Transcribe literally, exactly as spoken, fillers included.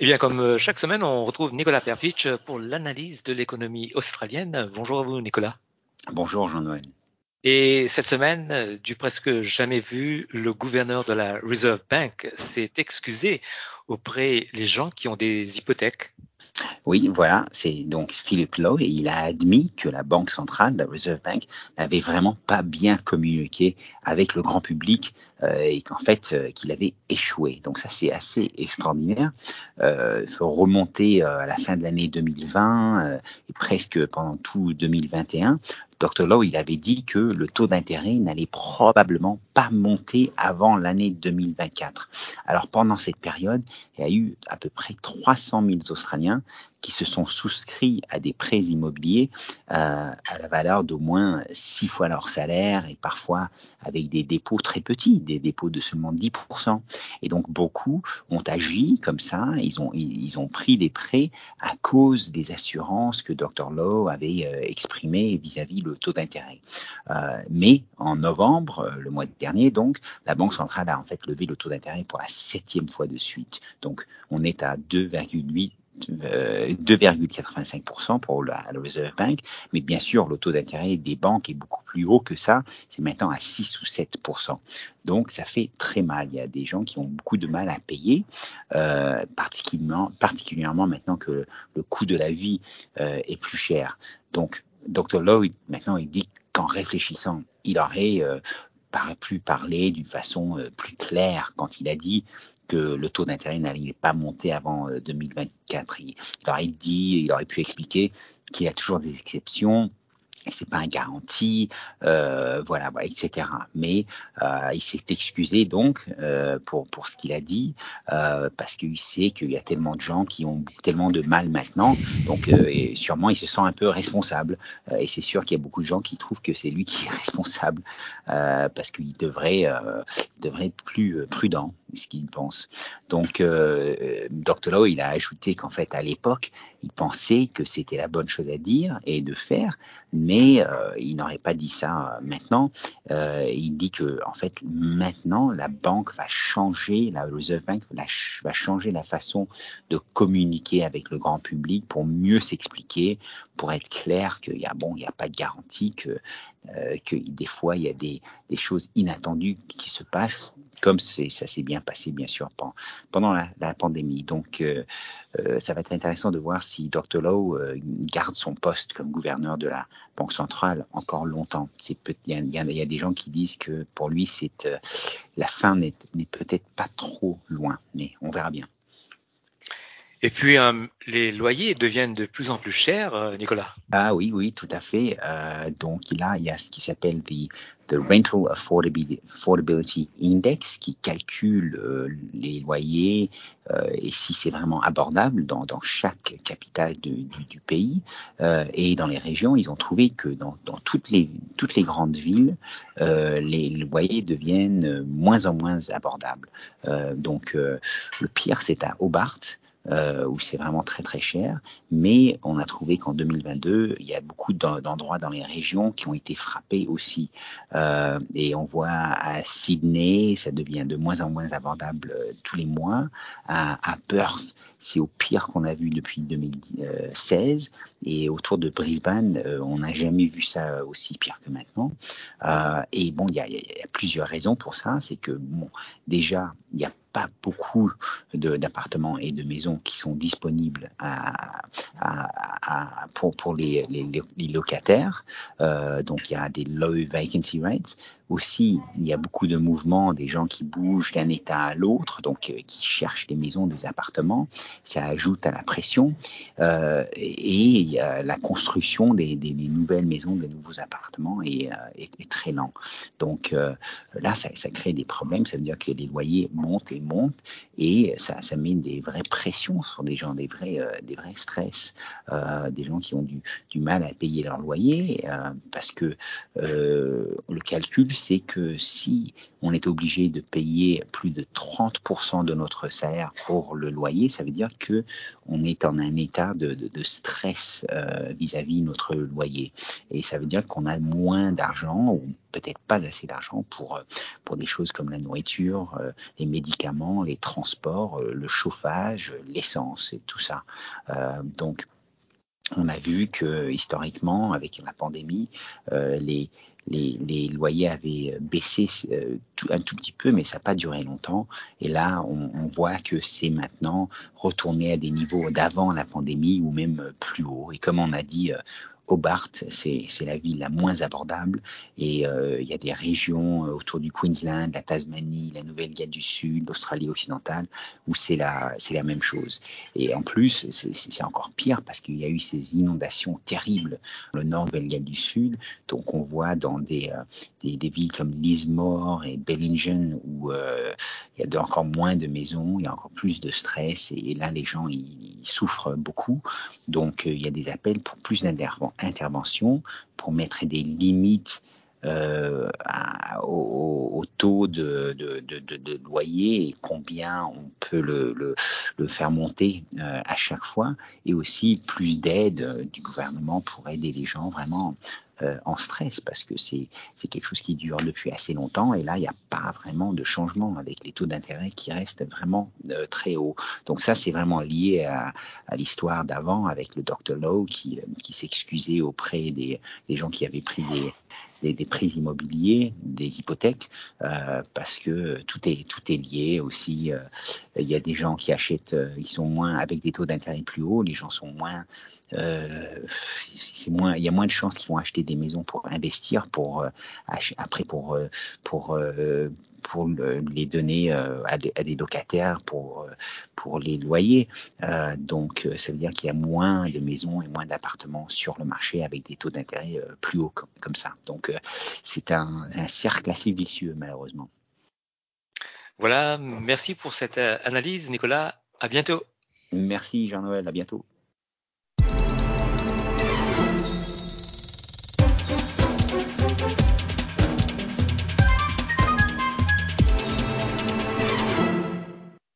Eh bien, comme euh, chaque semaine, on retrouve Nicolas Perpich pour l'analyse de l'économie australienne. Bonjour à vous, Nicolas. Bonjour Jean-Noël. Et cette semaine, euh, du presque jamais vu, le gouverneur de la Reserve Bank s'est excusé auprès des gens qui ont des hypothèques. Oui, voilà, c'est donc Philip Lowe et il a admis que la Banque centrale, la Reserve Bank, n'avait vraiment pas bien communiqué avec le grand public euh, et qu'en fait, euh, qu'il avait échoué. Donc ça, c'est assez extraordinaire. Euh, il faut remonter euh, à la fin de l'année deux mille vingt euh, et presque pendant tout deux mille vingt et un. docteur Lowe, il avait dit que le taux d'intérêt n'allait probablement pas monter avant l'année deux mille vingt-quatre. Alors pendant cette période, il y a eu à peu près trois cent mille Australiens qui se sont souscrits à des prêts immobiliers euh, à la valeur d'au moins six fois leur salaire et parfois avec des dépôts très petits, des dépôts de seulement dix pour cent. Et donc beaucoup ont agi comme ça, ils ont, ils ont pris des prêts à cause des assurances que docteur Lowe avait euh, exprimées vis-à-vis le taux d'intérêt. Euh, mais en novembre, le mois dernier, donc, la Banque centrale a en fait levé le taux d'intérêt pour la septième fois de suite. Donc, on est à deux virgule huit deux virgule quatre-vingt-cinq pour cent pour la, la Reserve Bank, mais bien sûr, le taux d'intérêt des banques est beaucoup plus haut que ça, c'est maintenant à six ou sept pour cent. Donc, ça fait très mal. Il y a des gens qui ont beaucoup de mal à payer, euh, particulièrement, particulièrement maintenant que le, le coût de la vie euh, est plus cher. Donc, docteur Lowe, maintenant, il dit qu'en réfléchissant, il aurait euh, pu parler d'une façon euh, plus claire quand il a dit que le taux d'intérêt n'allait pas monter avant deux mille vingt-quatre. Il, il aurait dit, il aurait pu expliquer qu'il y a toujours des exceptions, et c'est pas un garantie, euh, voilà, voilà, et cetera. Mais euh, il s'est excusé donc euh, pour pour ce qu'il a dit, euh, parce qu'il sait qu'il y a tellement de gens qui ont tellement de mal maintenant, donc euh, et sûrement il se sent un peu responsable. Euh, et c'est sûr qu'il y a beaucoup de gens qui trouvent que c'est lui qui est responsable, euh, parce qu'il devrait euh, devrait être plus prudent, ce qu'il pense. Donc euh, docteur Lowe, il a ajouté qu'en fait à l'époque, il pensait que c'était la bonne chose à dire et de faire, mais euh, il n'aurait pas dit ça euh, maintenant. Euh, il dit que en fait maintenant la banque va changer, la Reserve Bank la, va changer la façon de communiquer avec le grand public pour mieux s'expliquer, pour être clair qu'il y a bon, il n'y a pas de garantie que euh, que des fois il y a des, des choses inattendues qui se passent, comme ça s'est bien passé bien sûr pendant, pendant la, la pandémie. Donc euh, euh, ça va être intéressant de voir si docteur Lowe euh, garde son poste comme gouverneur de la Banque centrale encore longtemps. C'est peut, il, y a, il, y a, il y a des gens qui disent que pour lui, c'est, euh, la fin n'est, n'est peut-être pas trop loin, mais on verra bien. Et puis, euh, les loyers deviennent de plus en plus chers, euh, Nicolas. Ah oui, oui, tout à fait. Euh, donc là, il y a ce qui s'appelle the, the Rental Affordability, Affordability Index qui calcule euh, les loyers euh, et si c'est vraiment abordable dans, dans chaque capitale de, du, du pays. Euh, et dans les régions, ils ont trouvé que dans, dans toutes, les, toutes les grandes villes, euh, les loyers deviennent moins en moins abordables. Euh, donc euh, le pire, c'est à Hobart. Euh, où c'est vraiment très très cher, mais on a trouvé qu'en deux mille vingt-deux, il y a beaucoup d'endroits dans les régions qui ont été frappés aussi. Euh, et on voit à Sydney, ça devient de moins en moins abordable euh, tous les mois. À, à Perth, c'est au pire qu'on a vu depuis deux mille seize. Et autour de Brisbane, euh, on n'a jamais vu ça aussi pire que maintenant. Euh, et bon, il y, y a plusieurs raisons pour ça. C'est que, bon, déjà, il n'y a pas beaucoup de, d'appartements et de maisons qui sont disponibles à, à, à, pour, pour les, les, les locataires. Euh, donc, il y a des low vacancy rates. Aussi, il y a beaucoup de mouvements, des gens qui bougent d'un état à l'autre, donc euh, qui cherchent des maisons, des appartements. Ça ajoute à la pression. Euh, et euh, la construction des, des, des nouvelles maisons, des nouveaux appartements est, euh, est, est très lent. Donc euh, là, ça, ça crée des problèmes. Ça veut dire que les loyers montent et montent, et ça, ça met des vraies pressions sur des gens, des vrais, euh, des vrais stress, euh, des gens qui ont du, du mal à payer leur loyer, euh, parce que euh, le calcul, c'est que si on est obligé de payer plus de trente pour cent de notre salaire pour le loyer, ça veut dire que on est en un état de, de, de stress euh, vis-à-vis notre loyer. Et ça veut dire qu'on a moins d'argent, ou peut-être pas assez d'argent pour pour des choses comme la nourriture, euh, les médicaments, les transports, euh, le chauffage, l'essence et tout ça. Euh, donc on a vu que historiquement, avec la pandémie, euh, les, les, les loyers avaient baissé euh, tout, un tout petit peu, mais ça n'a pas duré longtemps. Et là, on, on voit que c'est maintenant retourné à des niveaux d'avant la pandémie ou même plus haut. Et comme on a dit, euh, Hobart, c'est, c'est la ville la moins abordable et euh, il y a des régions autour du Queensland, la Tasmanie, la Nouvelle-Galles du Sud, l'Australie occidentale où c'est la, c'est la même chose. Et en plus, c'est, c'est encore pire parce qu'il y a eu ces inondations terribles dans le nord de Nouvelle-Galles du Sud. Donc on voit dans des, euh, des, des villes comme Lismore et Bellingen où euh, il y a encore moins de maisons, il y a encore plus de stress et, et là les gens ils, ils souffrent beaucoup. Donc euh, il y a des appels pour plus d'intervention, pour mettre des limites euh, à, au, au taux de, de, de, de, de loyer et combien on peut le, le, le faire monter euh, à chaque fois, et aussi plus d'aide euh, du gouvernement pour aider les gens vraiment euh, en stress, parce que c'est, c'est quelque chose qui dure depuis assez longtemps et là il n'y a pas vraiment de changement avec les taux d'intérêt qui restent vraiment euh, très hauts. Donc ça c'est vraiment lié à, à l'histoire d'avant avec le docteur Lowe qui, qui s'excusait auprès des, des gens qui avaient pris des Des, des prêts immobiliers, des hypothèques, euh, parce que tout est tout est lié aussi. Euh, il y a des gens qui achètent, euh, ils sont moins avec des taux d'intérêt plus hauts, les gens sont moins, euh, c'est moins, il y a moins de chances qu'ils vont acheter des maisons pour investir, pour euh, ach- après pour euh, pour euh, pour le, les donner euh, à, des, à des locataires pour pour les loyers. Euh, donc ça veut dire qu'il y a moins de maisons et moins d'appartements sur le marché avec des taux d'intérêt euh, plus hauts comme, comme ça. Donc euh, c'est un, un cercle assez vicieux malheureusement. Voilà, merci pour cette euh, analyse, Nicolas. À bientôt. Merci Jean-Noël, à bientôt.